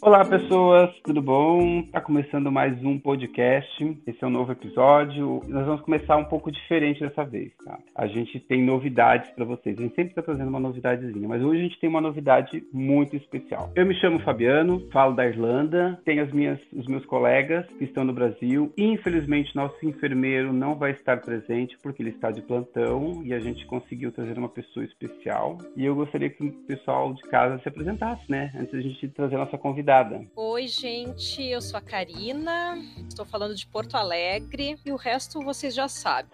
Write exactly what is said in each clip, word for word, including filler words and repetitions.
Olá, pessoas, tudo bom? Tá começando mais um podcast. Esse é um novo episódio. Nós vamos começar um pouco diferente dessa vez, tá? A gente tem novidades para vocês. A gente sempre está trazendo uma novidadezinha, mas hoje a gente tem uma novidade muito especial. Eu me chamo Fabiano, falo da Irlanda, tenho as minhas, os meus colegas que estão no Brasil. Infelizmente, nosso enfermeiro não vai estar presente porque ele está de plantão e a gente conseguiu trazer uma pessoa especial. E eu gostaria que o pessoal de casa se apresentasse, né? Antes da gente trazer a nossa convidada. Oi, gente, eu sou a Karina, estou falando de Porto Alegre e o resto vocês já sabem.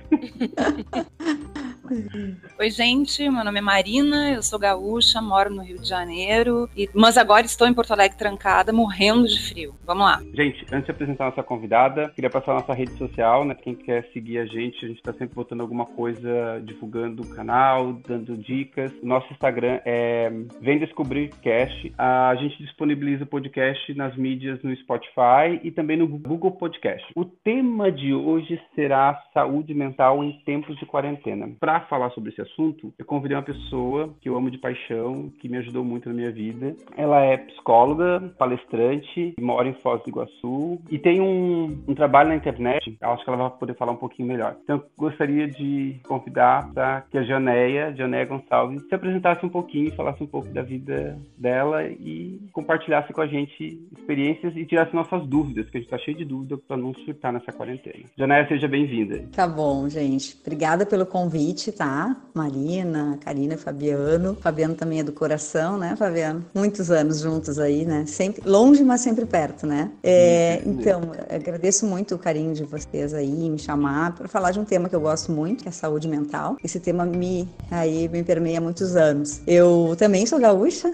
Oi, gente, meu nome é Marina, eu sou gaúcha, moro no Rio de Janeiro, e... mas agora estou em Porto Alegre trancada, morrendo de frio. Vamos lá. Gente, antes de apresentar a nossa convidada, queria passar a nossa rede social, né? Quem quer seguir a gente, a gente está sempre botando alguma coisa, divulgando o canal, dando dicas. O nosso Instagram é Vem Descobrir Cast. A gente disponibiliza o podcast nas mídias no Spotify e também no Google Podcast. O tema de hoje será saúde mental em tempos de quarentena. Para falar sobre esse assunto, eu convidei uma pessoa que eu amo de paixão, que me ajudou muito na minha vida. Ela é psicóloga, palestrante, mora em Foz do Iguaçu e tem um, um trabalho na internet. Eu acho que ela vai poder falar um pouquinho melhor. Então, eu gostaria de convidar para que a Janeia, Janeia Gonçalves, se apresentasse um pouquinho, falasse um pouco da vida dela e compartilhasse com a gente experiências e tirasse nossas dúvidas, que a gente está cheio de dúvidas para não surtar nessa quarentena. Janeia, seja bem-vinda. Tá bom, gente. Obrigada pelo convite, tá? Marina, Karina, Fabiano. Fabiano também é do coração, né, Fabiano? Muitos anos juntos aí, né? Sempre longe, mas sempre perto, né? É, então, agradeço muito o carinho de vocês aí, me chamar para falar de um tema que eu gosto muito, que é a saúde mental. Esse tema me, aí, me permeia há muitos anos. Eu também sou gaúcha,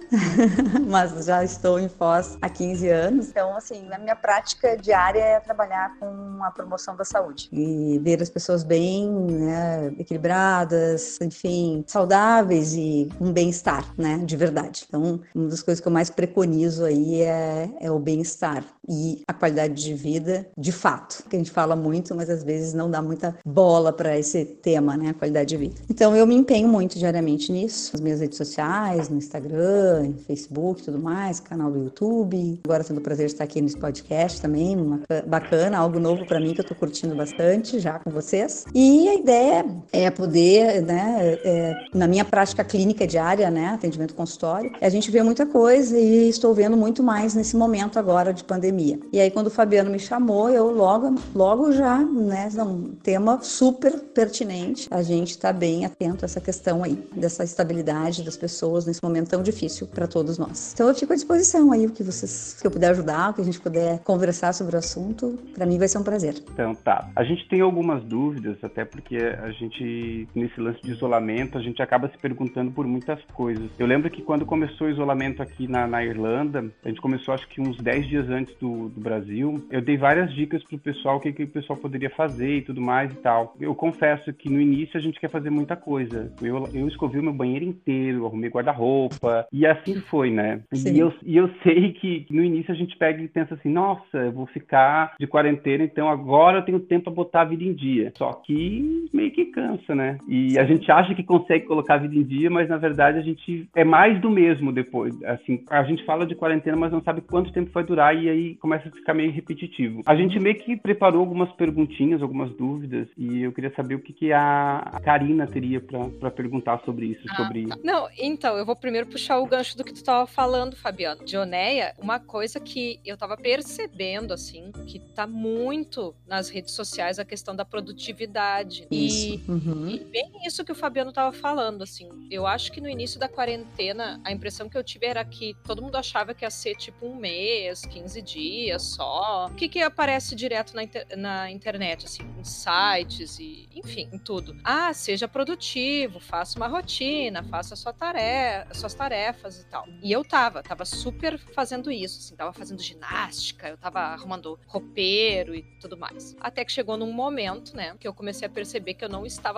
mas já estou em Foz há quinze anos. Então, assim, na minha prática diária é trabalhar com a promoção da saúde e ver as pessoas bem, né, equilibradas, enfim, saudáveis e com bem-estar, né, de verdade. Então, uma das coisas que eu mais preconizo aí é, é o bem-estar e a qualidade de vida, de fato, que a gente fala muito, mas às vezes não dá muita bola para esse tema, né, a qualidade de vida. Então, eu me empenho muito diariamente nisso, nas minhas redes sociais, no Instagram, Facebook, tudo mais, canal do YouTube. Agora tendo o prazer de estar aqui nesse podcast também, uma, bacana, algo novo para mim que eu tô curtindo bastante já com vocês. E a ideia é poder, né, é, na minha prática clínica diária, né, atendimento consultório, a gente vê muita coisa e estou vendo muito mais nesse momento agora de pandemia. E aí quando o Fabiano me chamou, eu logo, logo já, né, um tema super pertinente, a gente está bem atento a essa questão aí, dessa estabilidade das pessoas nesse momento tão difícil para todos nós. Então eu fico à disposição aí, o que vocês, que eu puder ajudar, o que a gente puder conversar sobre o assunto, para mim vai ser um prazer. Então tá, a gente tem algumas dúvidas, até porque a gente, nesse lance de isolamento, a gente acaba se perguntando por muitas coisas. Eu lembro que quando começou o isolamento aqui na, na Irlanda, a gente começou acho que uns dez dias antes do, do Brasil, eu dei várias dicas pro pessoal, o que, que o pessoal poderia fazer e tudo mais e tal. Eu confesso que no início a gente quer fazer muita coisa. Eu, eu escovi o meu banheiro inteiro, arrumei guarda-roupa, e assim foi, né? E eu, e eu sei que no início a gente pega e pensa assim, nossa, eu vou ficar de quarentena, então agora eu tenho tempo para botar a vida em dia. Só que meio que cansa, né? E Sim. a gente acha que consegue colocar a vida em dia, mas na verdade a gente é mais do mesmo depois. Assim, a gente fala de quarentena, mas não sabe quanto tempo vai durar e aí começa a ficar meio repetitivo. A gente meio que preparou algumas perguntinhas, algumas dúvidas, e eu queria saber o que, que a Karina teria para perguntar sobre isso, ah, sobre... Não, então, eu vou primeiro puxar o gancho do que tu estava falando, Fabiano. De Oneia, uma coisa que eu estava percebendo, assim, que tá muito nas redes sociais a questão da produtividade. Isso. E, uhum. e bem isso que o Fabiano estava falando, assim. Eu acho que no início da quarentena, a impressão que eu tive era que todo mundo achava que ia ser tipo um mês, quinze dias só. O que que aparece direto na, inter- na internet, assim, em sites e, enfim, em tudo. Ah, seja produtivo, faça uma rotina, faça a sua tarefa, suas tarefas e tal. E eu tava, tava super fazendo isso, assim, tava fazendo ginástica, eu tava arrumando roupeiro e tudo mais. Até que chegou num momento, né, que eu comecei a perceber que eu não estava tão produtiva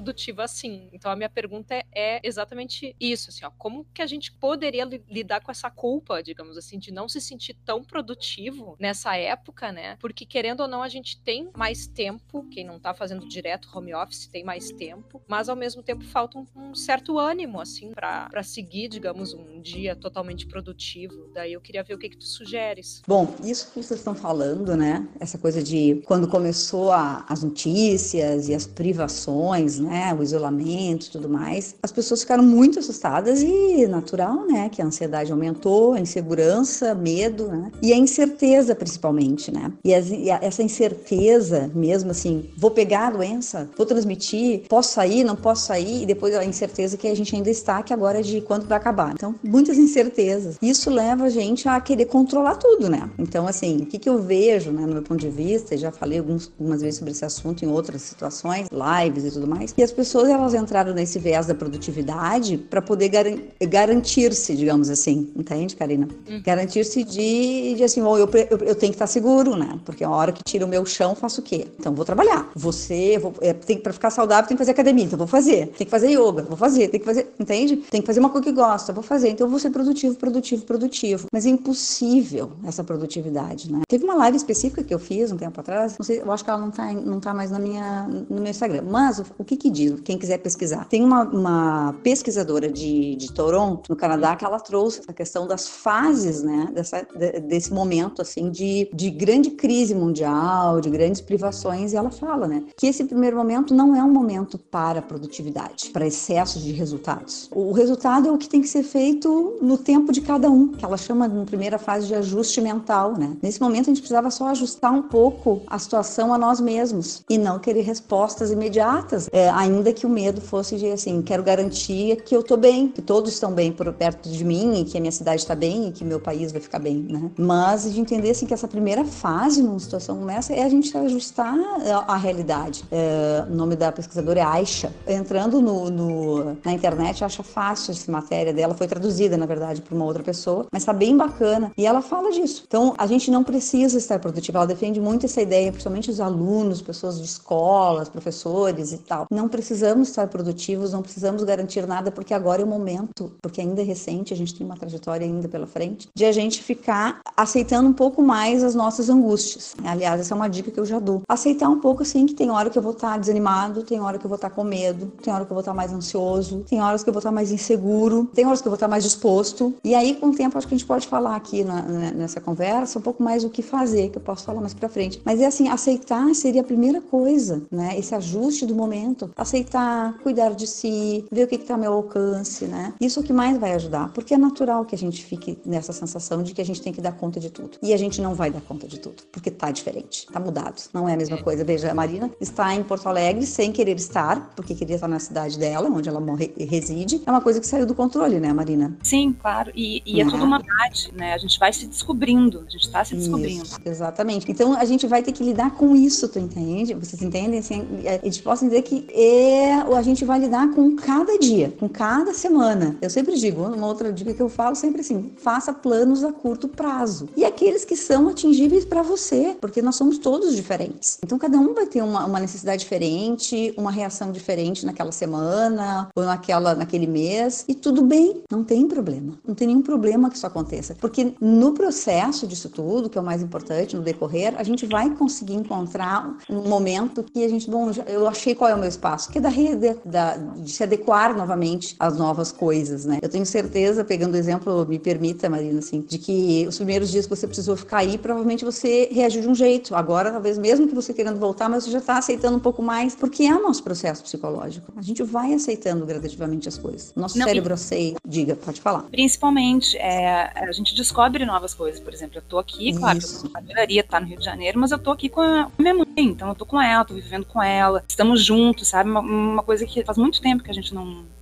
produtiva assim. Então a minha pergunta é, é exatamente isso, assim, ó, como que a gente poderia li- lidar com essa culpa, digamos assim, de não se sentir tão produtivo nessa época, né? Porque querendo ou não, a gente tem mais tempo, quem não tá fazendo direto home office tem mais tempo, mas ao mesmo tempo falta um, um certo ânimo, assim, pra, pra seguir, digamos, um dia totalmente produtivo. Daí eu queria ver o que que tu sugeres. Bom, isso que vocês estão falando, né? Essa coisa de quando começou a, as notícias e as privações, né? O isolamento e tudo mais, as pessoas ficaram muito assustadas e natural, né? Que a ansiedade aumentou, a insegurança, medo, né? E a incerteza, principalmente, né? E, as, e a, essa incerteza, mesmo assim, vou pegar a doença, vou transmitir, posso sair, não posso sair, e depois a incerteza que a gente ainda está, que agora é de quando vai acabar. Então, muitas incertezas. Isso leva a gente a querer controlar tudo, né? Então, assim, o que, que eu vejo, né, no meu ponto de vista, e já falei alguns, algumas vezes sobre esse assunto em outras situações, lives e tudo mais, que as pessoas, elas entraram nesse viés da produtividade para poder gar garantir-se, digamos assim, entende, Karina? Uhum. Garantir-se de, de, assim, oh, eu, eu, eu tenho que estar seguro, né? Porque a hora que tira o meu chão, faço o quê? Então, vou trabalhar. Você, vou, é, tem, pra ficar saudável, tem que fazer academia, então vou fazer. Tem que fazer yoga, vou fazer. Tem que fazer, entende? Tem que fazer uma coisa que gosta, vou fazer. Então, eu vou ser produtivo, produtivo, produtivo. Mas é impossível essa produtividade, né? Teve uma live específica que eu fiz um tempo atrás, não sei, eu acho que ela não tá, não tá mais na minha, no meu Instagram, mas o, o que que diz, quem quiser pesquisar? Tem uma, uma pesquisadora de, de Toronto, no Canadá, que ela trouxe essa questão das fases, né, dessa, de, desse momento, assim, de, de grande crise mundial, de grandes privações, e ela fala, né, que esse primeiro momento não é um momento para produtividade, para excessos de resultados. O, o resultado é o que tem que ser feito no tempo de cada um, que ela chama, na primeira fase, de ajuste mental, né. Nesse momento, a gente precisava só ajustar um pouco a situação a nós mesmos, e não querer respostas imediatas, é, ainda que o medo fosse de, assim, quero garantir que eu tô bem, que todos estão bem por perto de mim, e que a minha cidade está bem, e que meu país vai ficar bem, né? Mas de entender, assim, que essa primeira fase numa situação como essa é a gente ajustar a, a realidade. É, o nome da pesquisadora é Aisha. Entrando no, no, na internet, acha fácil essa matéria dela, foi traduzida, na verdade, por uma outra pessoa, mas tá bem bacana, e ela fala disso. Então, a gente não precisa estar produtivo, ela defende muito essa ideia, principalmente os alunos, pessoas de escolas, professores e tal. Não precisamos estar produtivos, não precisamos garantir nada, porque agora é o momento, porque ainda é recente, a gente tem uma trajetória ainda pela frente, de a gente ficar aceitando um pouco mais as nossas angústias. Aliás, essa é uma dica que eu já dou. Aceitar um pouco, assim, que tem hora que eu vou estar desanimado, tem hora que eu vou estar com medo, tem hora que eu vou estar mais ansioso, tem horas que eu vou estar mais inseguro, tem horas que eu vou estar mais disposto. E aí, com o tempo, acho que a gente pode falar aqui na, nessa conversa um pouco mais o que fazer, que eu posso falar mais pra frente. Mas é assim, aceitar seria a primeira coisa, né? Esse ajuste do momento. Aceitar, cuidar de si, ver o que está ao meu alcance, né? Isso é o que mais vai ajudar, porque é natural que a gente fique nessa sensação de que a gente tem que dar conta de tudo. E a gente não vai dar conta de tudo, porque tá diferente, tá mudado. Não é a mesma coisa. Veja, a Marina está em Porto Alegre sem querer estar, porque queria estar na cidade dela, onde ela morre, reside. É uma coisa que saiu do controle, né, Marina? Sim, claro. E, e é, é tudo uma parte, né? A gente vai se descobrindo, a gente tá se descobrindo. Isso, exatamente. Então, a gente vai ter que lidar com isso, tu entende? Vocês entendem? Assim, a gente pode dizer que é, a gente vai lidar com cada dia, com cada semana. Eu sempre digo, uma outra dica que eu falo sempre assim, faça planos a curto prazo. E aqueles que são atingíveis para você, porque nós somos todos diferentes. Então, cada um vai ter uma, uma necessidade diferente, uma reação diferente naquela semana, ou naquela, naquele mês, e tudo bem, não tem problema. Não tem nenhum problema que isso aconteça. Porque no processo disso tudo, que é o mais importante, no decorrer, a gente vai conseguir encontrar um momento que a gente, bom, eu achei qual é o meu espaço, que é da, da, de se adequar novamente às novas coisas, né? Eu tenho certeza, pegando o exemplo, me permita, Marina, assim, de que os primeiros dias que você precisou ficar aí, provavelmente você reagiu de um jeito. Agora, talvez, mesmo que você querendo voltar, mas você já está aceitando um pouco mais, porque é o nosso processo psicológico. A gente vai aceitando gradativamente as coisas. Nosso Não, cérebro aceita. Diga, pode falar. Principalmente, é, a gente descobre novas coisas. Por exemplo, eu tô aqui, claro, eu adoraria estar no Rio de Janeiro, mas eu tô aqui com a minha mãe, então eu tô com ela, tô vivendo com ela, estamos juntos, sabe? Uma, uma coisa que faz muito tempo que a gente não,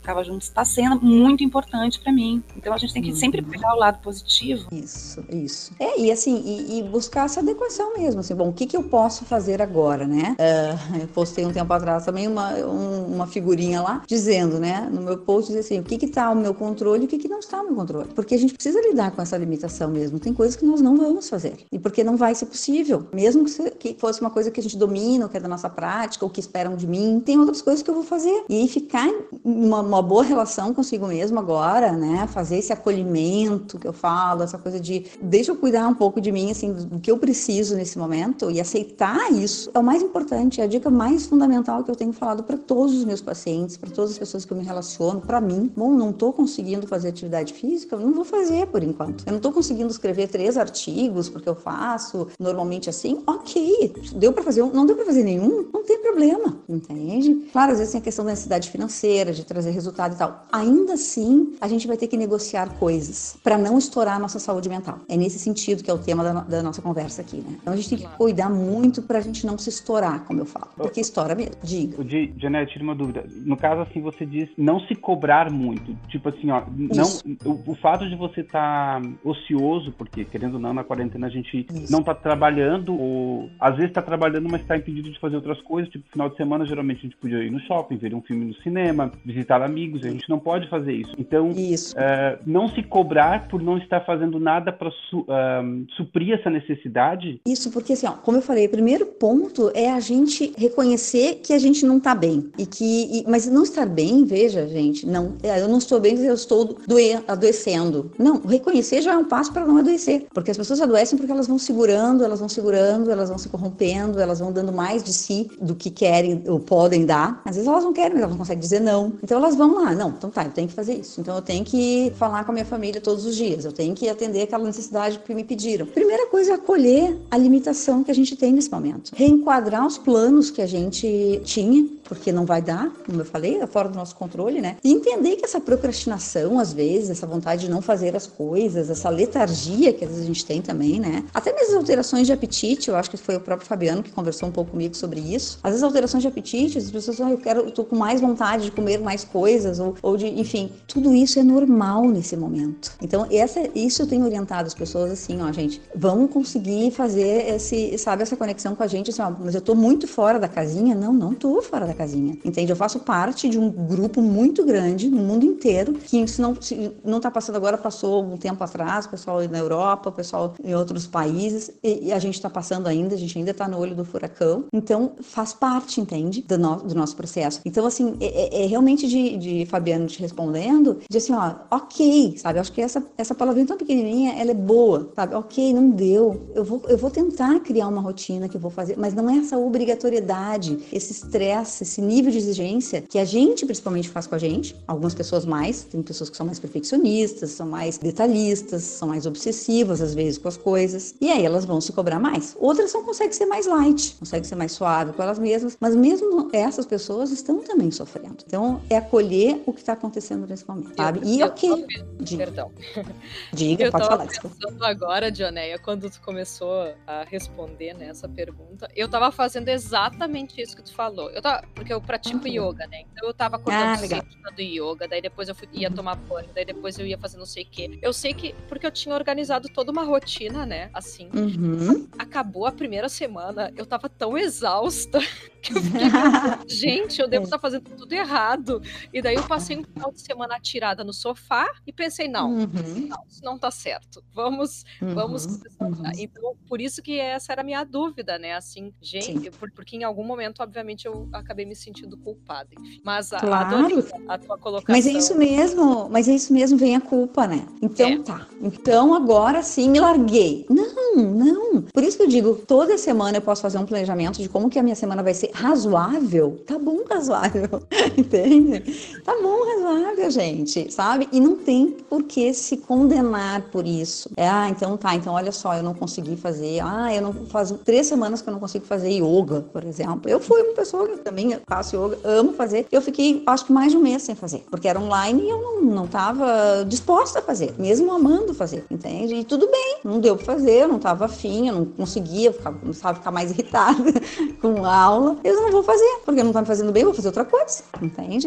ficava junto, está sendo muito importante para mim. Então a gente tem que uhum. sempre pegar o lado positivo. Isso, isso. É, e assim, e, e buscar essa adequação mesmo, assim, bom, o que que eu posso fazer agora, né? Uh, eu postei um tempo atrás também uma, um, uma figurinha lá, dizendo, né, no meu post, dizer assim, o que que tá ao meu controle e o que que não está ao meu controle. Porque a gente precisa lidar com essa limitação mesmo. Tem coisas que nós não vamos fazer. E porque não vai ser possível. Mesmo que, que fosse uma coisa que a gente domina, ou que é da nossa prática, ou que esperam de mim, tem outras coisas que eu vou fazer. E aí ficar em uma, uma boa relação consigo mesmo agora, né, fazer esse acolhimento que eu falo, essa coisa de deixa eu cuidar um pouco de mim, assim, do que eu preciso nesse momento e aceitar isso é o mais importante, é a dica mais fundamental que eu tenho falado para todos os meus pacientes, para todas as pessoas que eu me relaciono, para mim. Bom, não tô conseguindo fazer atividade física, eu não vou fazer por enquanto. Eu não tô conseguindo escrever três artigos porque eu faço normalmente assim, ok, deu para fazer um, não deu para fazer nenhum, não tem problema, entende? Claro, às vezes tem a questão da necessidade financeira, de trazer resultado e tal. Ainda assim, a gente vai ter que negociar coisas para não estourar a nossa saúde mental. É nesse sentido que é o tema da, da nossa conversa aqui, né? Então a gente tem que cuidar muito pra gente não se estourar, como eu falo. Porque estoura mesmo. Diga. O Janete, tira uma dúvida. No caso, assim, você diz não se cobrar muito. Tipo assim, ó, não, o, o fato de você estar tá ocioso, porque querendo ou não, na quarentena a gente Isso. não tá trabalhando, ou às vezes tá trabalhando, mas tá impedido de fazer outras coisas. Tipo, final de semana, geralmente a gente podia ir no shopping, ver um filme no cinema, visitar amigos. A gente não pode fazer isso. Então, isso. É, não se cobrar por não estar fazendo nada para su, uh, suprir essa necessidade. Isso, porque assim, ó, como eu falei, o primeiro ponto é a gente reconhecer que a gente não tá bem. E que, e, mas não estar bem, veja, gente, não, eu não estou bem, eu estou doe, adoecendo. Não, reconhecer já é um passo para não adoecer. Porque as pessoas adoecem porque elas vão segurando, elas vão segurando, elas vão se corrompendo, elas vão dando mais de si do que querem ou podem dar. Às vezes elas não querem, mas elas não conseguem dizer não. Então elas vão lá, não, então tá, eu tenho que fazer isso. Então eu tenho que falar com a minha família todos os dias, eu tenho que atender aquela necessidade que me pediram. Primeira coisa é acolher a limitação que a gente tem nesse momento. Reenquadrar os planos que a gente tinha, porque não vai dar, como eu falei, é fora do nosso controle, né? E entender que essa procrastinação, às vezes, essa vontade de não fazer as coisas, essa letargia que às vezes a gente tem também, né? Até mesmo as alterações de apetite, eu acho que foi o próprio Fabiano que conversou um pouco comigo sobre isso. Às vezes alterações de apetite, as pessoas falam, ah, eu quero, eu tô com mais vontade de comer mais coisas, ou, ou de, enfim, tudo isso é normal nesse momento. Então, essa, isso eu tenho orientado as pessoas assim, ó, gente, vamos conseguir fazer esse, sabe, essa conexão com a gente, assim, ó, mas eu tô muito fora da casinha? Não, não tô fora da casinha, entende? Eu faço parte de um grupo muito grande no mundo inteiro, que se não, se não tá passando agora, passou um tempo atrás, o pessoal na Europa, o pessoal em outros países, e, e a gente tá passando ainda, a gente ainda tá no olho do furacão, então faz parte, entende? Do, no, do nosso processo. Então, assim, é, é, é realmente de, de Fabiano te respondendo, de assim, ó, ok, sabe? Eu acho que essa, essa palavrinha tão pequenininha, ela é boa, sabe? Ok, não deu, eu vou, eu vou tentar criar uma rotina que eu vou fazer, mas não é essa obrigatoriedade, esse estresse, esse nível de exigência que a gente principalmente faz com a gente, algumas pessoas mais, tem pessoas que são mais perfeccionistas, são mais detalhistas, são mais obsessivas às vezes com as coisas, e aí elas vão se cobrar mais. Outras não conseguem ser mais light, conseguem ser mais suave com elas mesmas, mas mesmo essas pessoas estão também sofrendo. Então, é acolher o que está acontecendo nesse momento, sabe? Eu, e eu ok. Tô... Diga. Perdão. Diga, eu pode falar. Eu tava pensando agora, Dioneia, quando tu começou a responder, né, essa pergunta, eu tava fazendo exatamente isso que tu falou. Eu tava, porque eu pratico uhum. yoga, né? Então eu tava acordando ah, cedo do yoga, daí depois eu fui, ia uhum. tomar banho, daí depois eu ia fazer não sei o quê. Eu sei que, porque eu tinha organizado toda uma rotina, né, assim. Uhum. Acabou a primeira semana, eu tava tão exausta que eu fiquei pensando, gente, eu devo estar fazendo tudo errado. E daí eu passei um final de semana atirada no sofá e pensei, não, uhum. não, isso não tá certo. Vamos, uhum. vamos uhum. Então, por isso que essa era a minha dúvida, né? Assim, gente, porque em algum momento, obviamente, eu acabei me sentindo culpada, enfim. Mas a, claro. adorei a tua colocação. Mas é isso mesmo, mas é isso mesmo, vem a culpa, né? Então é. tá. Então agora sim me larguei. Não, não. Por isso que eu digo, toda semana eu posso fazer um planejamento de como que a minha semana vai ser razoável. Tá bom razoável, entende? Tá bom razoável, gente, sabe? E não tem por que se condenar por isso. É, ah, então tá, então olha só, eu não consegui fazer, ah, eu não faço três semanas que eu não consigo fazer yoga, por exemplo. Eu fui uma pessoa que também faço yoga, amo fazer. Eu fiquei, acho que mais de um mês sem fazer, porque era online e eu não, não tava disposta a fazer, mesmo amando fazer, entende? E tudo bem, não deu pra fazer, eu não tava afim, eu não conseguia, eu ficava, começava a ficar mais irritada com a aula. Eu não vou fazer, porque eu não tá me fazendo bem, eu vou fazer outra coisa, entende?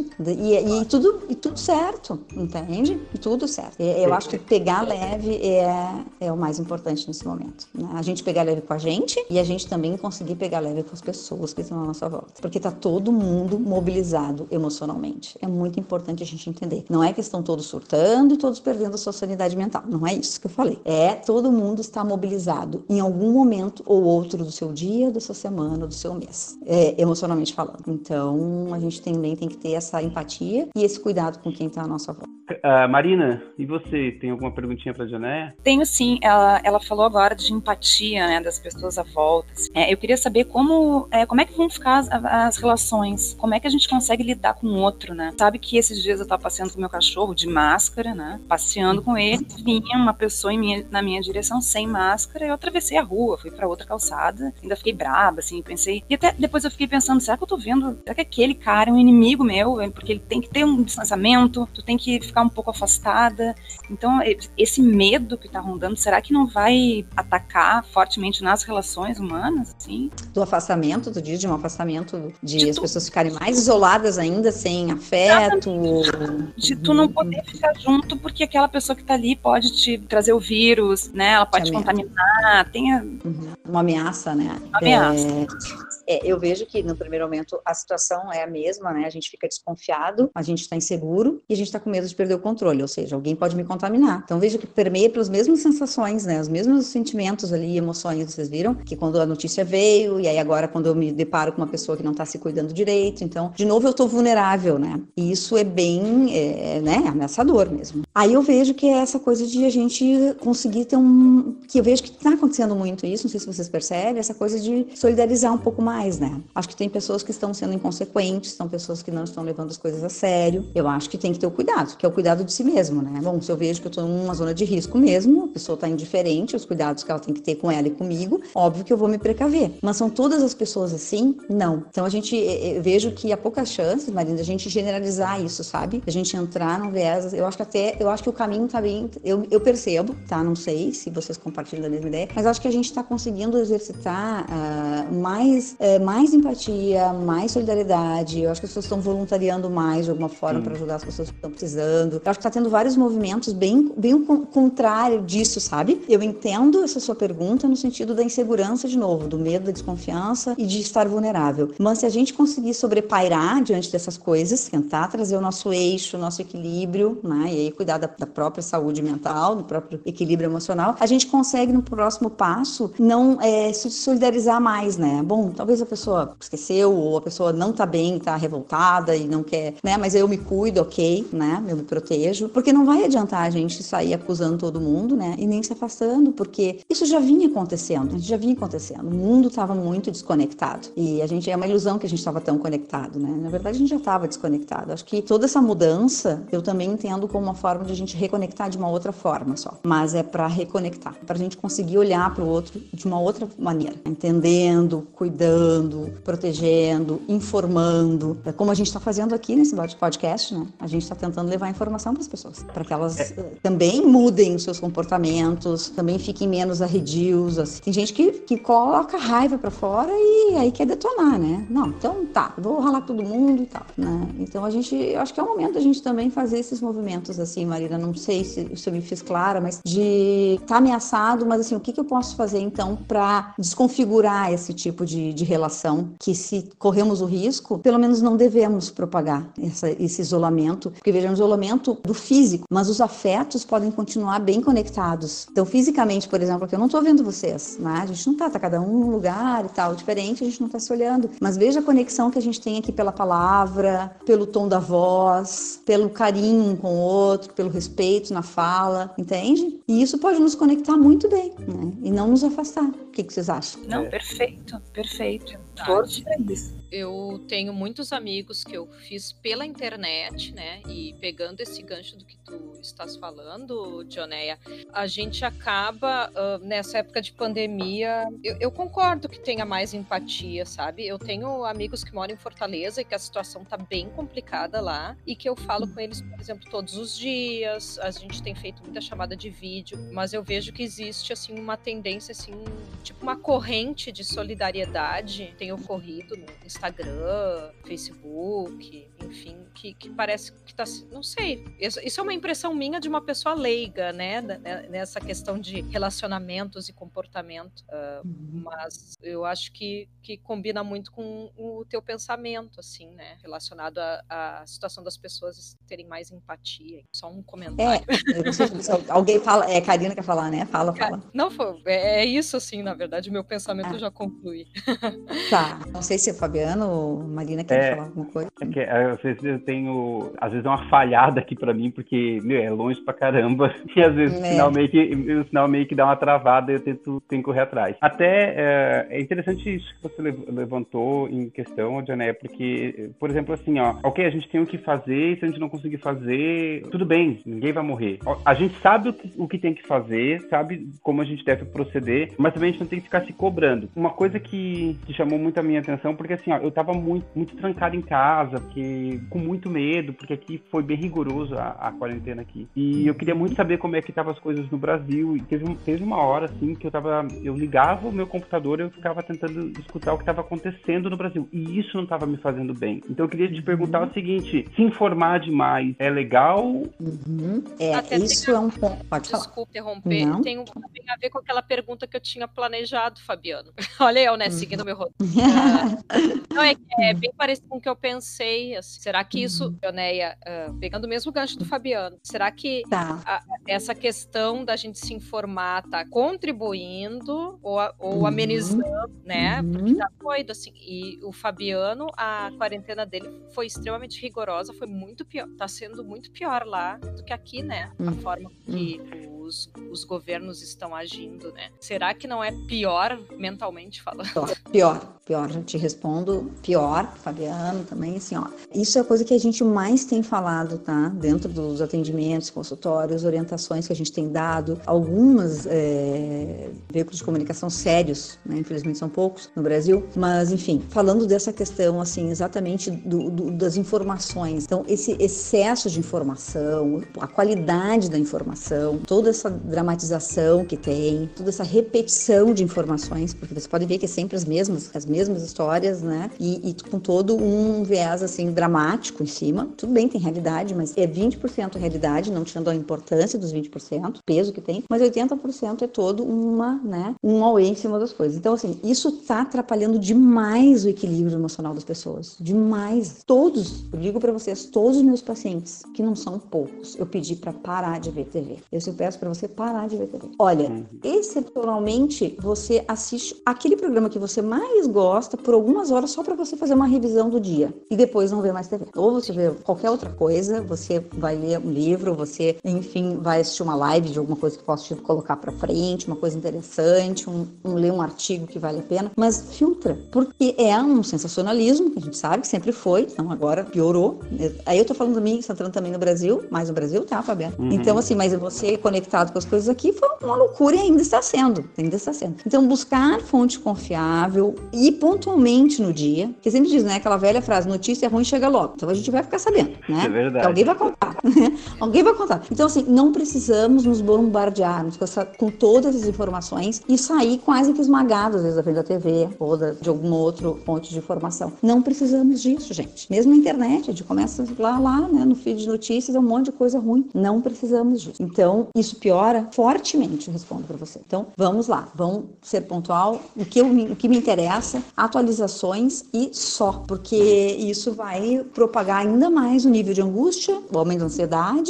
E, e, tudo, e tudo certo, entende? E tudo certo. E, eu acho que pegar leve é, é o mais importante nesse momento, né? A gente pegar leve com a gente e a gente também conseguir pegar leve com as pessoas que estão à nossa volta. Porque tá todo mundo mobilizado emocionalmente. É muito importante a gente entender. Não é que estão todos surtando e todos perdendo a sua sanidade mental. Não é isso que eu falei. É todo mundo está mobilizado em algum momento ou outro do seu dia, da sua semana, do seu mês. É, emocionalmente falando. Então, a gente também tem que ter essa empatia e esse cuidado com quem está à nossa volta. Uh, Marina, e você? Tem alguma perguntinha para a Jonéia? Tenho sim. Ela, ela falou agora de empatia, né, das pessoas à volta. É, eu queria saber como, é, como é que vão ficar as, as relações, como é que a gente consegue lidar com o outro, né? Sabe que esses dias eu estava passeando com o meu cachorro de máscara, né? Passeando com ele, vinha uma pessoa em minha, na minha direção sem máscara, eu atravessei a rua, fui para outra calçada, ainda fiquei braba, assim, pensei, e até depois eu fiquei pensando, será que eu tô vendo, será que aquele cara é um inimigo meu? Porque ele tem que ter um distanciamento, tu tem que ficar um pouco afastada. Então, esse medo que tá rondando, será que não vai atacar fortemente nas relações humanas, assim? Do afastamento, tu diz, de um afastamento de, de as tu... pessoas ficarem mais isoladas ainda, sem afeto. De tu não poder ficar junto porque aquela pessoa que tá ali pode te trazer o vírus, né? Ela pode te contaminar, tem a... uhum. Uma ameaça, né? Uma ameaça. É, é, eu vejo que no primeiro momento a situação é a mesma, né? A gente fica desconfiado, a gente tá inseguro e a gente tá com medo de perder o controle, ou seja, alguém pode me contaminar. Então vejo que permeia pelas mesmas sensações, né? Os mesmos sentimentos ali, emoções, vocês viram? Que quando a notícia veio, e aí agora quando eu me deparo com uma pessoa que não tá se cuidando direito, então, de novo eu tô vulnerável, né? E isso é bem, é, né, ameaçador mesmo. Aí eu vejo que é essa coisa de a gente conseguir ter um... que eu vejo que tá acontecendo muito isso, não sei se vocês percebem, essa coisa de solidarizar um pouco mais, né? Acho que tem pessoas que estão sendo inconsequentes, são pessoas que não estão levando as coisas a sério. Eu acho que tem que ter o cuidado, que é o cuidado de si mesmo, né? Bom, se eu vejo que eu tô numa zona de risco mesmo, a pessoa tá indiferente, os cuidados que ela tem que ter com ela e comigo, óbvio que eu vou me precaver. Mas são todas as pessoas assim? Não. Então a gente, eu vejo que há poucas chances, Marina, a gente generalizar isso, sabe? A gente entrar num viés, eu acho que até, eu acho que o caminho tá bem, eu, eu percebo, tá? Não sei se vocês compartilham da mesma ideia, mas acho que a gente tá conseguindo exercitar uh, mais, uh, mais empatia, mais solidariedade. Eu acho que as pessoas estão voluntariando mais de alguma forma para ajudar as pessoas que estão precisando. Eu acho que tá tendo vários movimentos bem, bem o contrário disso, sabe? Eu entendo essa sua pergunta no sentido da insegurança, de novo, do medo, da desconfiança e de estar vulnerável. Mas se a gente conseguir sobrepairar diante dessas coisas, tentar trazer o nosso eixo, o nosso equilíbrio, né? E aí cuidar da, da própria saúde mental, do próprio equilíbrio emocional, a gente consegue no próximo passo não é, se solidarizar mais, né? Bom, talvez a pessoa esqueceu ou a pessoa não tá bem, tá revoltada e não quer, né? Mas eu me cuido, ok, né? Eu me protejo, porque não vai adiantar a gente sair acusando todo mundo, né? E nem se afastando, porque isso já vinha acontecendo, a gente já vinha acontecendo. O mundo estava muito desconectado e a gente, é uma ilusão que a gente estava tão conectado, né? Na verdade, a gente já estava desconectado. Acho que toda essa mudança eu também entendo como uma forma de a gente reconectar de uma outra forma só, mas é para reconectar, para a gente conseguir olhar para o outro de uma outra maneira, entendendo, cuidando, protegendo, informando, é como a gente está fazendo aqui nesse podcast, né? A gente está tentando levar informação para as pessoas, para que elas é. também mudem os seus comportamentos, também fiquem menos arredios. Assim. Tem gente que, que coloca raiva para fora e aí quer detonar, né? Não, então tá, vou ralar todo mundo e tal, né? Então a gente, eu acho que é o momento da gente também fazer esses movimentos assim, Marina, não sei se, se eu me fiz clara, mas de tá ameaçado, mas assim, o que, que eu posso fazer então para desconfigurar esse tipo de, de relação que se corremos o risco, pelo menos não devemos propagar essa, esse isolamento, porque vejamos o isolamento do físico, mas os afetos podem continuar bem conectados. Então, fisicamente, por exemplo, aqui eu não tô vendo vocês, né? A gente não tá, tá cada um num lugar e tal, diferente, a gente não tá se olhando, mas veja a conexão que a gente tem aqui pela palavra, pelo tom da voz, pelo carinho um com o outro, pelo respeito na fala, entende? E isso pode nos conectar muito bem, né? E não nos afastar. O que, que vocês acham? Não, é. perfeito, perfeito. Torço pra isso. Eu tenho muitos amigos que eu fiz pela internet, né? E pegando esse gancho do que tu estás falando, Jonéia, a gente acaba, uh, nessa época de pandemia, eu, eu concordo que tenha mais empatia, sabe? Eu tenho amigos que moram em Fortaleza e que a situação tá bem complicada lá e que eu falo com eles, por exemplo, todos os dias. A gente tem feito muita chamada de vídeo, mas eu vejo que existe, assim, uma tendência, assim, tipo uma corrente de solidariedade tem ocorrido no Instagram, Facebook, enfim, que, que parece que tá, não sei, isso, isso é uma impressão minha de uma pessoa leiga, né, nessa questão de relacionamentos e comportamento, uh, uhum. mas eu acho que, que combina muito com o teu pensamento, assim, né, relacionado à situação das pessoas terem mais empatia. Só um comentário. É, não sei se alguém fala, é, Karina quer falar, né, fala, fala. Não, é, é isso, assim, na verdade, o meu pensamento ah. já conclui. Tá, não sei se é Fabiano ou Marina quer é, falar alguma coisa. É que, às vezes eu tenho, às vezes é uma falhada aqui pra mim, porque, meu, é longe pra caramba, e às vezes é. o, sinal meio que, o sinal meio que dá uma travada e eu tento, tento correr atrás. Até é, é interessante isso que você levantou em questão, Diané, porque, por exemplo, assim, ó, ok, a gente tem o que fazer, e se a gente não conseguir fazer, tudo bem, ninguém vai morrer. A gente sabe o que, o que tem que fazer, sabe como a gente deve proceder, mas também a gente não tem que ficar se cobrando. Uma coisa que, que chamou muito a minha atenção, porque assim, ó, eu tava muito, muito trancado em casa, porque, com muito medo, porque aqui foi bem rigoroso a, a quarentena aqui. E eu queria muito saber como é que estavam as coisas no Brasil, e teve, teve uma hora, assim, que eu tava, eu ligava o meu computador e eu ficava tentando escutar o que estava acontecendo no Brasil, e isso não estava me fazendo bem. Então eu queria te perguntar o seguinte, se informar demais é legal? Uhum. É, Até isso é um ponto. Pode falar. Desculpa interromper, não? Tem também a ver com aquela pergunta que eu tinha planejado, Fabiano. Olha eu, né, uhum. seguindo meu roteiro. uh, não, é, é bem parecido com o que eu pensei, assim. Será que isso, Ioneia, uh, pegando o mesmo gancho do Fabiano, será que tá. a, essa questão da gente se informar tá contribuindo ou, ou uhum. amenizando, né? Uhum. Porque tá doido, assim. E o Fabiano, a quarentena dele foi extremamente rigorosa, foi muito pior, tá sendo muito pior lá do que aqui, né? Uhum. A forma que os, os governos estão agindo, né? Será que não é pior mentalmente falando? Pior, pior, pior. Já te respondo, pior, Fabiano também, assim, ó. Isso é a coisa que a gente mais tem falado, tá? Dentro dos atendimentos, consultórios, orientações que a gente tem dado. Algumas é, veículos de comunicação sérios, né? Infelizmente são poucos no Brasil, mas, enfim, falando dessa questão, assim, exatamente do, do, das informações. Então, esse excesso de informação, a qualidade da informação, toda essa dramatização que tem, toda essa repetição de informações, porque você pode ver que é sempre as mesmas, as mesmas histórias, né? E, e com todo um viés, assim, dramático em cima. Tudo bem, tem realidade, mas é vinte por cento realidade, não tirando a importância dos vinte por cento, peso que tem, mas oitenta por cento é todo uma, né, um auê em cima das coisas. Então, assim, isso tá atrapalhando demais o equilíbrio emocional das pessoas. Demais. Todos, eu digo pra vocês, todos os meus pacientes, que não são poucos, eu pedi pra parar de ver T V. Eu, eu peço pra você parar de ver T V. Olha, uhum. excepcionalmente, você assiste aquele programa que você mais gosta por algumas horas só pra você fazer uma revisão do dia. E depois não ver mais T V. Ou você vê qualquer outra coisa, você vai ler um livro, você, enfim, vai assistir uma live de alguma coisa que possa te colocar pra frente, uma coisa interessante, um, um, ler um artigo que vale a pena, mas filtra, porque é um sensacionalismo, que a gente sabe que sempre foi, então agora piorou. Aí eu tô falando também, entrando também no Brasil, mais no Brasil, tá, Fabiano? Uhum. Então, assim, mas você conectado com as coisas aqui foi uma loucura e ainda está sendo, ainda está sendo. Então, buscar fonte confiável e pontualmente no dia, que sempre diz, né, aquela velha frase, notícia ruim chega logo, então a gente vai ficar sabendo, né? É verdade. Alguém vai contar, alguém vai contar. Então, assim, não precisamos nos bombardearmos com, essa, com todas as informações e sair quase que esmagados, às vezes, da frente da T V ou da, de alguma outra fonte de informação. Não precisamos disso, gente. Mesmo na internet, a gente começa lá, lá, né, no feed de notícias, é um monte de coisa ruim. Não precisamos disso. Então, isso piora fortemente, eu respondo para você. Então, vamos lá, vamos ser pontual. O que, eu, o que me interessa, atualizações e só, porque isso vai propagar ainda mais o nível de angústia, o aumento da ansiedade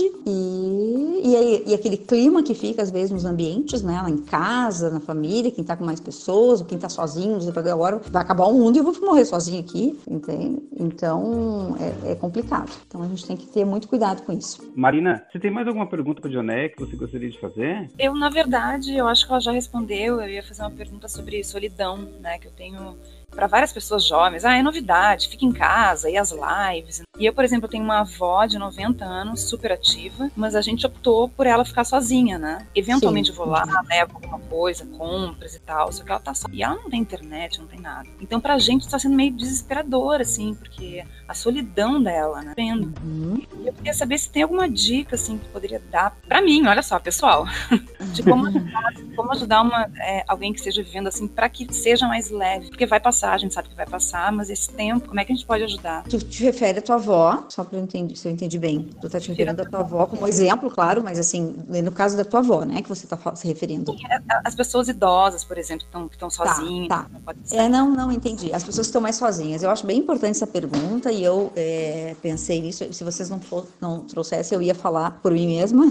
e, e, aí, e aquele clima que fica, às vezes, nos ambientes, né, lá em casa, na família, quem tá com mais pessoas, ou quem tá sozinho, agora vai acabar o mundo e eu vou morrer sozinho aqui, entende? Então, é, é complicado. Então, a gente tem que ter muito cuidado com isso. Marina, você tem mais alguma pergunta para a Dioné que você gostaria de fazer? Eu, na verdade, eu acho que ela já respondeu. Eu ia fazer uma pergunta sobre solidão, né, que eu tenho para várias pessoas jovens. Ah, é novidade, fica em casa, e as lives. E eu, por exemplo, tenho uma avó de noventa anos, super ativa, mas a gente optou por ela ficar sozinha, né? Eventualmente Sim. eu vou lá, levo alguma coisa, compras e tal, só que ela tá só. E ela não tem internet, não tem nada. Então, pra gente, tá sendo meio desesperador, assim, porque a solidão dela, né? Uhum. E eu queria saber se tem alguma dica, assim, que poderia dar pra mim, olha só, pessoal, de como como ajudar uma, é, alguém que esteja vivendo assim, para que seja mais leve, porque vai passar, a gente sabe que vai passar, mas esse tempo, como é que a gente pode ajudar? Tu te refere à tua avó, só para eu entender, se eu entendi bem. Tu tá te referindo à tua avó como exemplo, claro, mas assim, no caso da tua avó, né, que você tá se referindo. Sim, as pessoas idosas, por exemplo, que estão sozinhas. Tá, tá. Não pode é, não, não entendi. As pessoas que estão mais sozinhas. Eu acho bem importante essa pergunta e eu é, pensei nisso. Se vocês não, for, não trouxessem, eu ia falar por mim mesma.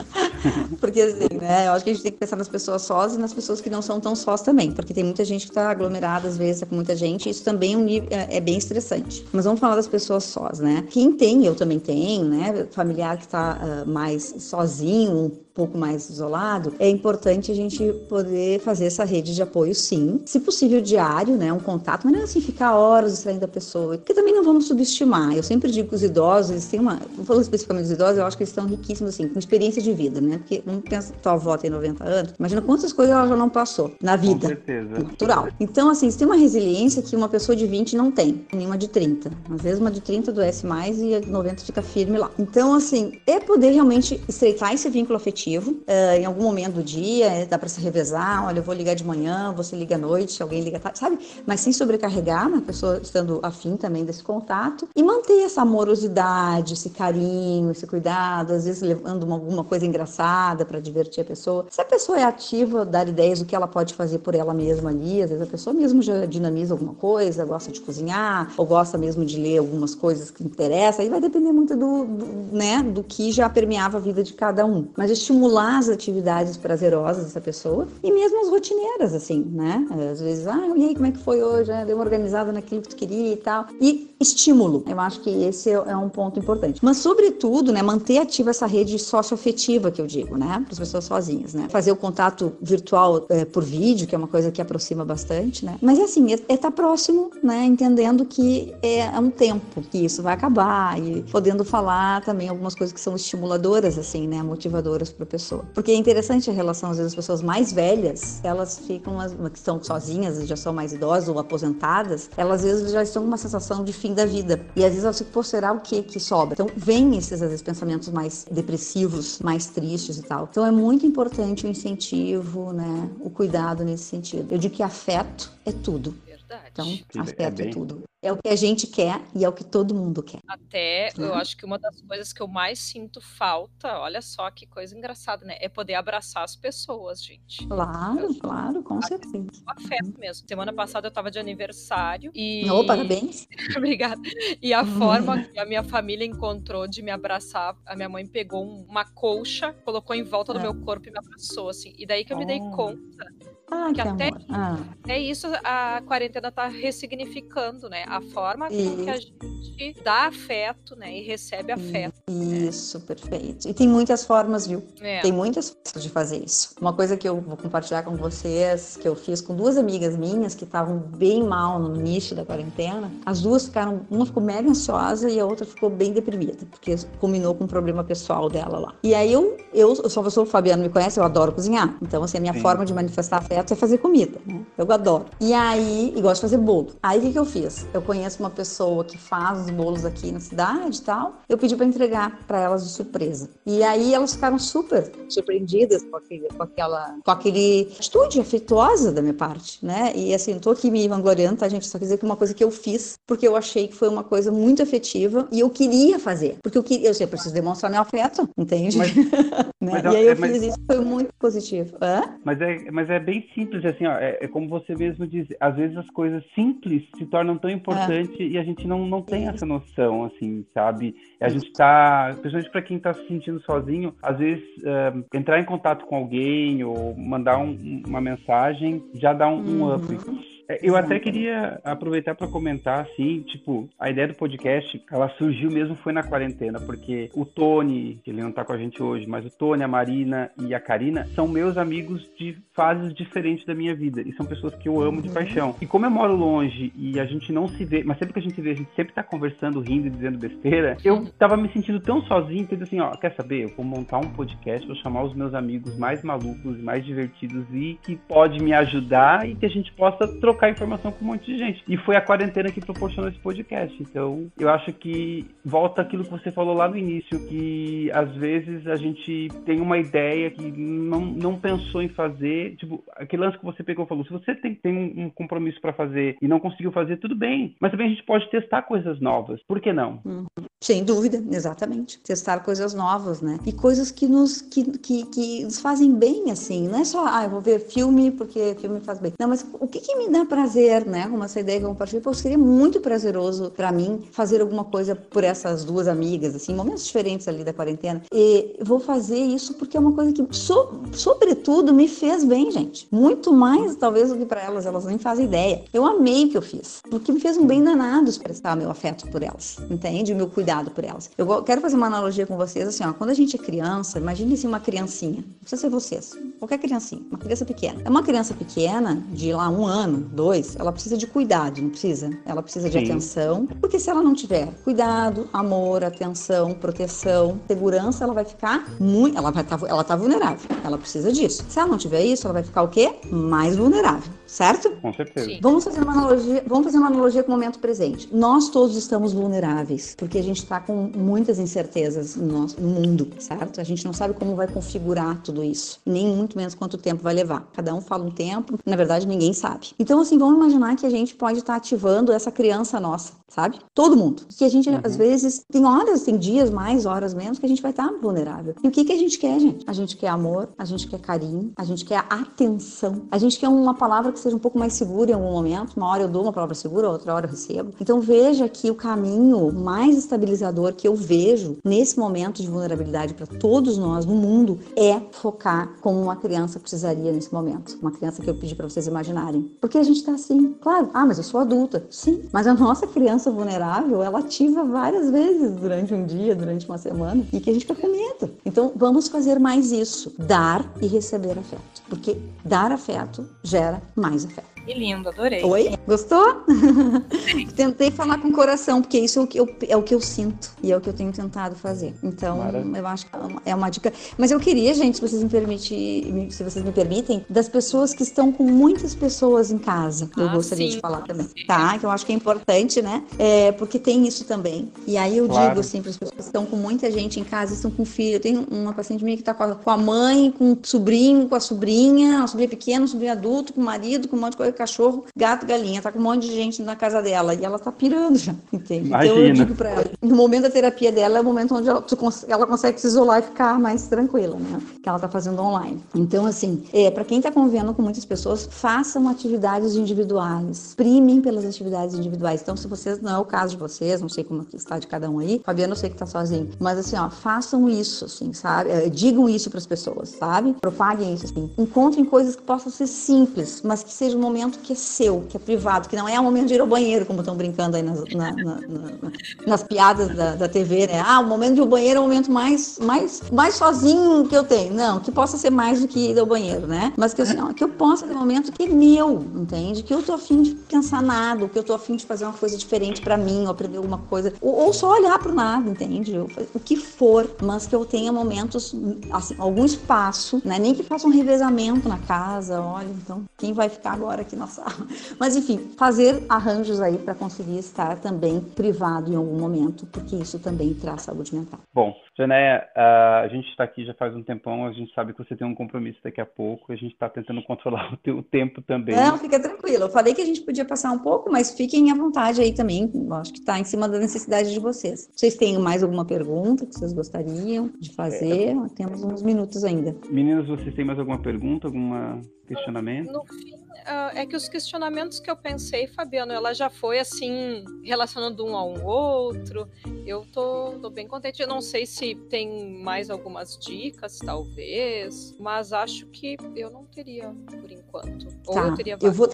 Porque assim, né, eu acho que a gente tem que pensar nas pessoas sós e nas pessoas que não são tão sós também, porque tem muita gente que está aglomerada, às vezes, com muita gente, e isso também é, um nível, é, é bem estressante. Mas vamos falar das pessoas sós, né? Quem tem, eu também tenho, né, familiar que está uh, mais sozinho, um pouco mais isolado, é importante a gente poder fazer essa rede de apoio, sim. Se possível, diário, né, um contato, mas não é assim, ficar horas distraindo a pessoa, porque também não vamos subestimar. Eu sempre digo que os idosos, eles têm uma, não falando especificamente dos idosos, eu acho que eles estão riquíssimos, assim, com experiência de vida, né, porque vamos pensar, tua avó tem noventa anos, imagina quantas coisas ela já não passou na vida. Com certeza. Natural. Então, assim, você tem uma resiliência que uma pessoa de vinte não tem, nenhuma de trinta. Às vezes uma de trinta adoece mais e a de noventa fica firme lá. Então, assim, é poder realmente estreitar esse vínculo afetivo. Uh, em algum momento do dia, dá para se revezar, olha, eu vou ligar de manhã, você liga à noite, alguém liga tarde, sabe? Mas sem sobrecarregar, né? A pessoa estando afim também desse contato e manter essa amorosidade, esse carinho, esse cuidado, às vezes levando uma, alguma coisa engraçada para divertir a pessoa. Se a pessoa é ativa, dar ideias do que ela pode fazer por ela mesma ali, às vezes a pessoa mesmo já dinamiza alguma coisa, gosta de cozinhar, ou gosta mesmo de ler algumas coisas que interessam, aí vai depender muito do, do, né, do que já permeava a vida de cada um. Mas estimular as atividades prazerosas dessa pessoa e mesmo as rotineiras, assim, né? Às vezes, ah, e aí, como é que foi hoje? Deu uma organizada naquilo que tu queria e tal. E estímulo. Eu acho que esse é um ponto importante. Mas, sobretudo, né, manter ativa essa rede socioafetiva que eu digo, né? Para as pessoas sozinhas, né? Fazer o contato virtual é, por vídeo, que é uma coisa que aproxima bastante, né? Mas, assim, é estar é tá próximo, né? Entendendo que é um tempo, que isso vai acabar e podendo falar também algumas coisas que são estimuladoras, assim, né? Motivadoras para a pessoa. Porque é interessante a relação, às vezes, as pessoas mais velhas, elas ficam, que estão sozinhas, já são mais idosas ou aposentadas, elas, às vezes, já estão com uma sensação de fim da vida. E, às vezes, elas ficam, pô, será o que que sobra? Então, vem esses, às vezes, pensamentos mais depressivos, mais tristes e tal. Então, é muito importante o incentivo, né? O cuidado nesse sentido. Eu digo que afeto é tudo. Então, afeto é, bem... é tudo. É o que a gente quer e é o que todo mundo quer. Até, é. eu acho que uma das coisas que eu mais sinto falta, olha só que coisa engraçada, né? É poder abraçar as pessoas, gente. Claro, eu, claro, com certeza. O afeto mesmo. Semana passada eu tava de aniversário e... Oh, parabéns. Obrigada. E a forma que a minha família encontrou de me abraçar, a minha mãe pegou uma colcha, colocou em volta do é. meu corpo e me abraçou, assim. E daí que eu oh. me dei conta... Ah, que, que até ah. é isso a quarentena tá ressignificando, né? A forma com que a gente dá afeto, né? E recebe afeto. Isso, né? Perfeito. E tem muitas formas, viu? É. Tem muitas formas de fazer isso. Uma coisa que eu vou compartilhar com vocês, que eu fiz com duas amigas minhas que estavam bem mal no início da quarentena. As duas ficaram, uma ficou mega ansiosa e a outra ficou bem deprimida, porque combinou com um problema pessoal dela lá. E aí eu, eu, eu sou, eu sou o Fabiano me conhece, eu adoro cozinhar. Então, assim, a minha Sim. forma de manifestar afeto é fazer comida, né? Eu adoro. E aí, e gosto de fazer bolo. Aí, o que que eu fiz? Eu conheço uma pessoa que faz os bolos aqui na cidade e tal. Eu pedi pra entregar pra elas de surpresa. E aí, elas ficaram super surpreendidas com, aquele, com aquela, com aquele atitude afetuosa da minha parte, né? E assim, não tô aqui me vangloriando, tá, gente? Só quer dizer que uma coisa que eu fiz, porque eu achei que foi uma coisa muito afetiva e eu queria fazer. Porque eu queria, eu sei, eu preciso demonstrar meu afeto, entende? Mas, né? Mas, e aí eu é, fiz mas... isso, foi muito positivo. Hã? Mas é, mas é bem simples, assim, ó, é, é como você mesmo diz, às vezes as coisas simples se tornam tão importantes é. e a gente não, não tem essa noção, assim, sabe? A gente tá, principalmente para quem tá se sentindo sozinho, às vezes uh, entrar em contato com alguém ou mandar um, uma mensagem já dá um, um uhum. up. Eu até queria aproveitar para comentar, assim, tipo, a ideia do podcast, ela surgiu mesmo foi na quarentena, porque o Tony, que ele não tá com a gente hoje, mas o Tony, a Marina e a Karina são meus amigos de fases diferentes da minha vida, e são pessoas que eu amo de paixão. E como eu moro longe e a gente não se vê, mas sempre que a gente se vê, a gente sempre tá conversando, rindo e dizendo besteira, eu tava me sentindo tão sozinho, que eu disse assim, ó, quer saber? Eu vou montar um podcast, vou chamar os meus amigos mais malucos e mais divertidos e que pode me ajudar e que a gente possa trocar trocar informação com um monte de gente. E foi a quarentena que proporcionou esse podcast. Então, eu acho que volta aquilo que você falou lá no início, que às vezes a gente tem uma ideia que não, não pensou em fazer. Tipo, aquele lance que você pegou e falou, se você tem, tem um compromisso para fazer e não conseguiu fazer, tudo bem. Mas também a gente pode testar coisas novas. Por que não? Uhum. Sem dúvida, exatamente. Testar coisas novas, né? E coisas que nos, que, que, que nos fazem bem, assim. Não é só, ah, eu vou ver filme porque filme faz bem. Não, mas o que que me dá prazer, né? Como essa ideia que eu compartilhei, pô, seria muito prazeroso pra mim fazer alguma coisa por essas duas amigas, assim, momentos diferentes ali da quarentena. E vou fazer isso porque é uma coisa que, so, sobretudo, me fez bem, gente. Muito mais, talvez, do que pra elas. Elas nem fazem ideia. Eu amei o que eu fiz. Porque me fez um bem danado expressar meu afeto por elas. Entende? O meu cuidado por elas. Eu quero fazer uma analogia com vocês, assim, ó. Quando a gente é criança, imagine assim uma criancinha. Não precisa ser vocês. Qualquer criancinha. Uma criança pequena. É uma criança pequena, de lá um ano, dois, ela precisa de cuidado, não precisa? Ela precisa de Sim. atenção. Porque se ela não tiver cuidado, amor, atenção, proteção, segurança, ela vai ficar muito... Ela vai tá, ela tá vulnerável. Ela precisa disso. Se ela não tiver isso, ela vai ficar o quê? Mais vulnerável. Certo? Com certeza. Sim. Vamos fazer uma analogia, vamos fazer uma analogia com o momento presente. Nós todos estamos vulneráveis, porque a gente está com muitas incertezas no, nosso, no mundo, certo? A gente não sabe como vai configurar tudo isso, nem muito menos quanto tempo vai levar. Cada um fala um tempo, na verdade ninguém sabe. Então, assim, vamos imaginar que a gente pode estar ativando essa criança nossa, sabe? Todo mundo. Que a gente, uhum. às vezes, tem horas, tem dias mais, horas menos, que a gente vai estar vulnerável. E o que que a gente quer, gente? A gente quer amor, a gente quer carinho, a gente quer atenção, a gente quer uma palavra que seja um pouco mais segura em algum momento. Uma hora eu dou uma palavra segura, outra hora eu recebo. Então veja que o caminho mais estabilizador que eu vejo nesse momento de vulnerabilidade para todos nós no mundo é focar como uma criança precisaria nesse momento. Uma criança que eu pedi para vocês imaginarem. Porque a gente tá assim, claro, ah, mas eu sou adulta. Sim, mas a nossa criança vulnerável, ela ativa várias vezes durante um dia, durante uma semana, e que a gente fica com medo. Então vamos fazer mais isso. Dar e receber afeto. Porque dar afeto gera mais afeto. Que lindo, adorei. Oi? Gostou? Tentei falar com o coração, porque isso é o, que eu, é o que eu sinto e é o que eu tenho tentado fazer. Então, Maravilha. Eu acho que é uma dica. Mas eu queria, gente, se vocês me permitem, se vocês me permitem, das pessoas que estão com muitas pessoas em casa. Eu ah, gostaria sim. de falar também. Tá? Que eu acho que é importante, né? É, porque tem isso também. E aí eu claro. digo assim para as pessoas que estão com muita gente em casa, estão com filho. Eu tenho uma paciente minha que está com a mãe, com o sobrinho, com a sobrinha, uma sobrinha pequena, um sobrinho adulto, com o marido, com um monte de coisa. Cachorro, gato, galinha, tá com um monte de gente na casa dela e ela tá pirando já, entende? Imagina. Então eu digo pra ela, no momento da terapia dela é o momento onde ela, ela consegue se isolar e ficar mais tranquila, né? Que ela tá fazendo online. Então, assim, é, pra quem tá convivendo com muitas pessoas, façam atividades individuais, primem pelas atividades individuais. Então, se vocês, não é o caso de vocês, não sei como está de cada um aí, Fabiano eu sei que tá sozinho, mas assim, ó, façam isso, assim, sabe? É, digam isso pras pessoas, sabe? Propaguem isso, assim. Encontrem coisas que possam ser simples, mas que seja um momento que é seu, que é privado, que não é o momento de ir ao banheiro, como estão brincando aí nas, na, na, na, nas piadas da, da T V, né? Ah, o momento de ir ao banheiro é o momento mais, mais, mais sozinho que eu tenho. Não, que possa ser mais do que ir ao banheiro, né? Mas que, assim, ó, que eu possa ter um momento que é meu, entende? Que eu tô afim de pensar nada, que eu tô afim de fazer uma coisa diferente pra mim, ou aprender alguma coisa, ou, ou só olhar pro nada, entende? Eu, o que for, mas que eu tenha momentos, assim, algum espaço, né? Nem que faça um revezamento na casa, olha, então, quem vai ficar agora aqui na sala? Mas, enfim, fazer arranjos aí para conseguir estar também privado em algum momento, porque isso também traz saúde mental. Bom, Janéia, a gente está aqui já faz um tempão, a gente sabe que você tem um compromisso daqui a pouco, a gente está tentando controlar o teu tempo também. Não, fica tranquilo. Eu falei que a gente podia passar um pouco, mas fiquem à vontade aí também. Eu acho que está em cima da necessidade de vocês. Vocês têm mais alguma pergunta que vocês gostariam de fazer? É. Temos uns minutos ainda. Meninas, vocês têm mais alguma pergunta, alguma questionamento? No fim, uh, é que os questionamentos que eu pensei, Fabiano, ela já foi assim, relacionando um ao outro. Eu tô, tô bem contente. Eu não sei se tem mais algumas dicas, talvez, mas acho que eu não teria, por enquanto. Ou tá, eu teria eu vou...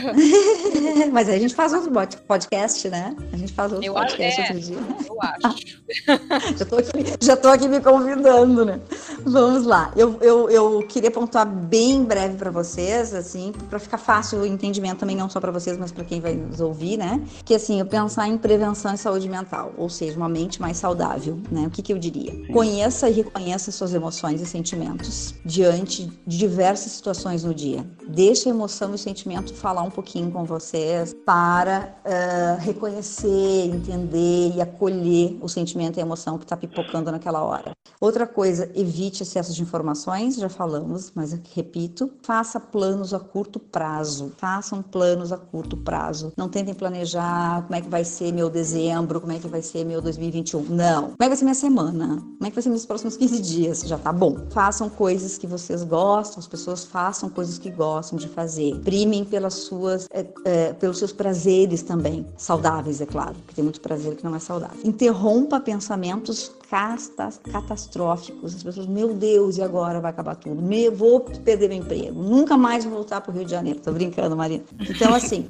Mas aí a gente faz outro podcast, né? A gente faz outro eu podcast é, outro dia. Eu acho. já, tô aqui, já tô aqui me convidando, né? Vamos lá. Eu, eu, eu queria pontuar bem breve para vocês, assim, para ficar fácil o entendimento também, não só para vocês, mas para quem vai nos ouvir, né? Que assim, eu pensar em prevenção e saúde mental, ou seja, uma mente mais saudável, né? O que, que eu diria? Sim. Conheça e reconheça suas emoções e sentimentos diante de diversas situações no dia. Deixe a emoção e o sentimento falar um pouquinho com vocês para uh, reconhecer, entender e acolher o sentimento e a emoção que está pipocando naquela hora. Outra coisa, evite excesso de informações, já falamos, mas repito, faça planos a curto prazo, façam planos a curto prazo. Não tentem planejar como é que vai ser meu dezembro, como é que vai ser meu dois mil e vinte e um, não. Como é que vai ser minha semana? Como é que vai ser meus próximos quinze dias? Já tá bom. Façam coisas que vocês gostam, as pessoas façam coisas que gostam de fazer. Primem pelas suas, é, é, pelos seus prazeres também, saudáveis, é claro, porque tem muito prazer que não é saudável. Interrompa pensamentos catastróficos. As pessoas, meu Deus, e agora vai acabar tudo? Me, vou perder meu emprego. Nunca mais vou voltar pro Rio de Janeiro. Tô brincando, Marina. Então, assim,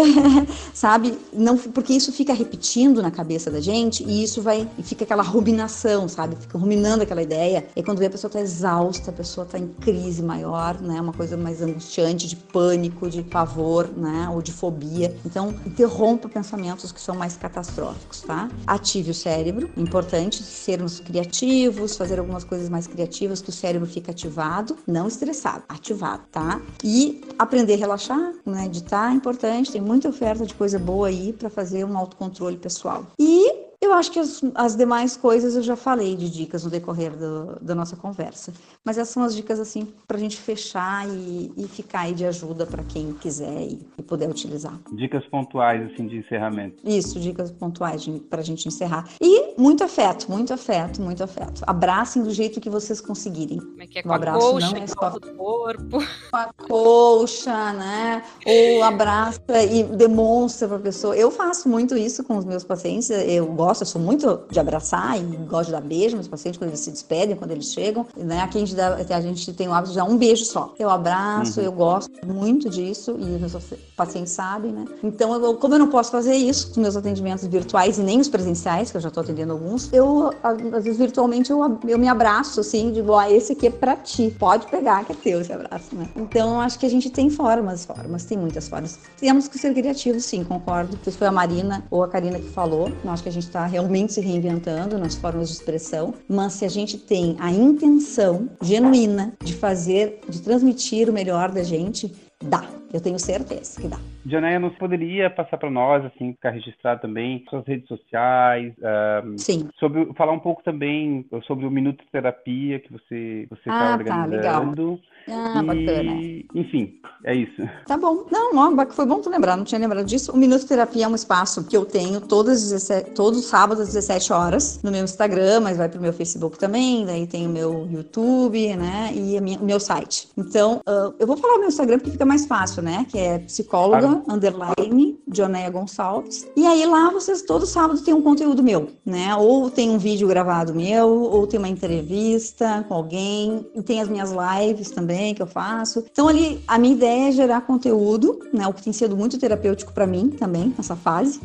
sabe? Não, porque isso fica repetindo na cabeça da gente e isso vai, e fica aquela ruminação, sabe? Fica ruminando aquela ideia. E quando vê a pessoa tá exausta, a pessoa tá em crise maior, né? Uma coisa mais angustiante, de pânico, de pavor, né? Ou de fobia. Então, interrompa pensamentos que são mais catastróficos, tá? Ative o cérebro. Importante sermos criativos, fazer algumas coisas mais criativas que o cérebro fica ativado, não estressado, ativado, tá? E aprender a relaxar, né? Meditar é importante, tem muita oferta de coisa boa aí para fazer um autocontrole pessoal. E eu acho que as, as demais coisas eu já falei de dicas no decorrer do, da nossa conversa. Mas essas são as dicas, assim, pra gente fechar e, e ficar aí de ajuda para quem quiser e, e puder utilizar. Dicas pontuais, assim, de encerramento. Isso, dicas pontuais de, pra gente encerrar. E muito afeto, muito afeto, muito afeto. Abracem do jeito que vocês conseguirem. Como é que é? O Com abraço a colcha, não é só do corpo. com a colcha, né? Ou abraça e demonstra pra pessoa. Eu faço muito isso com os meus pacientes. Eu gosto Gosto, eu sou muito de abraçar e gosto de dar beijo nos pacientes quando eles se despedem, quando eles chegam, né? Aqui a gente, dá, a gente tem o hábito de dar um beijo só. Eu abraço, uhum. Eu gosto muito disso e os meus pacientes sabem, né? Então, eu, como eu não posso fazer isso com meus atendimentos virtuais e nem os presenciais, que eu já estou atendendo alguns, eu, às vezes, virtualmente, eu, eu me abraço, assim, digo, ah, esse aqui é pra ti, pode pegar, que é teu esse abraço, né? Então, eu acho que a gente tem formas, formas, tem muitas formas. Temos que ser criativos, sim, concordo. Se foi a Marina ou a Karina que falou, eu acho que a gente está realmente se reinventando nas formas de expressão, mas se a gente tem a intenção genuína de fazer, de transmitir o melhor da gente, dá. Eu tenho certeza que dá. Janaia, não poderia passar para nós, assim, ficar registrado também suas redes sociais, um, Sim. Sobre, falar um pouco também sobre o Minuto Terapia que você você está ah, organizando. Tá, legal. Ah, e, bacana. Enfim, é isso. Tá bom. Não, ó, foi bom tu lembrar, não tinha lembrado disso. O Minuto Terapia é um espaço que eu tenho todas as dezessete, todos os sábados às dezessete horas no meu Instagram, mas vai pro meu Facebook também, daí tem o meu YouTube, né, e a minha, o meu site. Então, uh, eu vou falar o meu Instagram porque fica mais fácil, né, que é psicóloga, ah. underline, Joneia Gonçalves. E aí lá vocês, todo sábado tem um conteúdo meu, né, ou tem um vídeo gravado meu, ou tem uma entrevista com alguém, e tem as minhas lives também, que eu faço. Então, ali, a minha ideia é gerar conteúdo, né? O que tem sido muito terapêutico para mim também, nessa fase.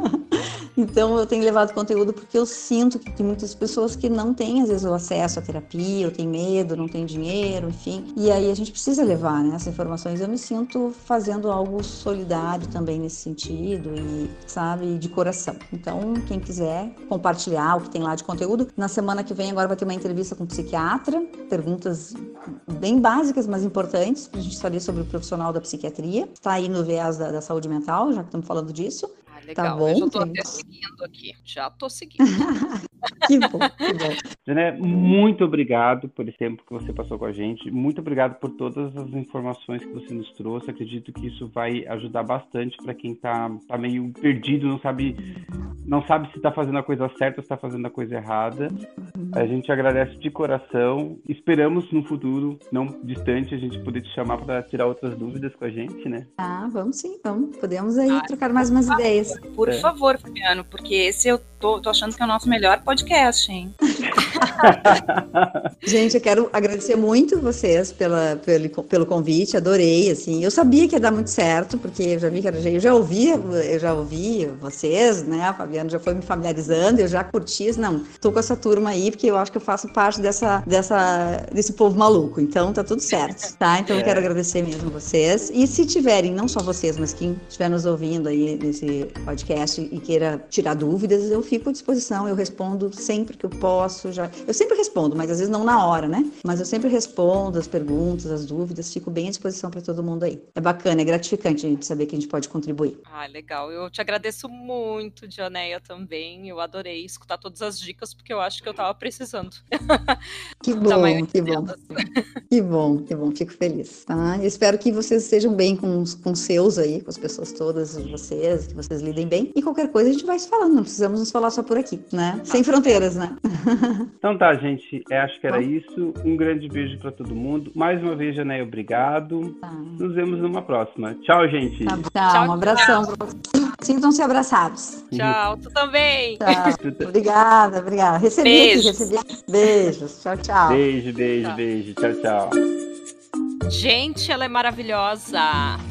Então, eu tenho levado conteúdo porque eu sinto que tem muitas pessoas que não têm, às vezes, o acesso à terapia, ou tem medo, não tem dinheiro, enfim. E aí, a gente precisa levar, né, essas informações. Eu me sinto fazendo algo solidário também nesse sentido e, sabe, de coração. Então, quem quiser compartilhar o que tem lá de conteúdo, na semana que vem agora vai ter uma entrevista com um psiquiatra, perguntas bem básicas, mas importantes, para a gente saber sobre o profissional da psiquiatria. Está aí no viés da, da saúde mental, já que estamos falando disso. Legal, tá bom, eu já tô tem... até seguindo aqui, já tô seguindo. Que bom, que bom. Jané, muito obrigado por esse tempo que você passou com a gente, muito obrigado por todas as informações que você nos trouxe, acredito que isso vai ajudar bastante para quem tá, tá meio perdido, não sabe, não sabe se está fazendo a coisa certa ou se está fazendo a coisa errada. A gente agradece de coração, esperamos no futuro, não distante, a gente poder te chamar para tirar outras dúvidas com a gente, né? Ah, vamos sim, vamos, podemos aí ah, trocar mais umas ideias. Por é. favor, Fabiano, porque esse eu tô, tô achando que é o nosso melhor podcast, hein? Gente, eu quero agradecer muito vocês pela, pelo, pelo convite, adorei, assim, eu sabia que ia dar muito certo, porque eu já vi que era, eu já ouvi, eu já ouvi vocês, né, a Fabiana já foi me familiarizando, eu já curti, não, tô com essa turma aí, porque eu acho que eu faço parte dessa, dessa, desse povo maluco, então tá tudo certo, tá? Então eu quero agradecer mesmo vocês, e se tiverem, não só vocês, mas quem estiver nos ouvindo aí nesse podcast e queira tirar dúvidas, eu fico à disposição, eu respondo sempre que eu posso, já, eu sempre respondo, mas às vezes não na hora, né? Mas eu sempre respondo as perguntas, as dúvidas, fico bem à disposição para todo mundo aí. É bacana, é gratificante a gente saber que a gente pode contribuir. Ah, legal. Eu te agradeço muito, Dioneia, também. Eu adorei escutar todas as dicas, porque eu acho que eu tava precisando. Que bom, que bom. Que bom, que bom, fico feliz, tá? Eu espero que vocês estejam bem com os com seus aí, com as pessoas todas de vocês, que vocês lidem bem. E qualquer coisa a gente vai se falando, não precisamos nos falar só por aqui, né? Sem fronteiras, né? Então tá, gente, é, acho que era isso. Um grande beijo pra todo mundo. Mais uma vez, Janeia, obrigado. Tá. Nos vemos numa próxima. Tchau, gente. Tá, tchau, tchau, um abração pra vocês. Sintam-se abraçados. Tchau, tu também. Tchau. Obrigada, obrigada. Recebi Beijos. aqui, recebi. Beijos. Tchau, tchau. Beijo, beijo, Tchau. beijo. Tchau, tchau. Gente, ela é maravilhosa.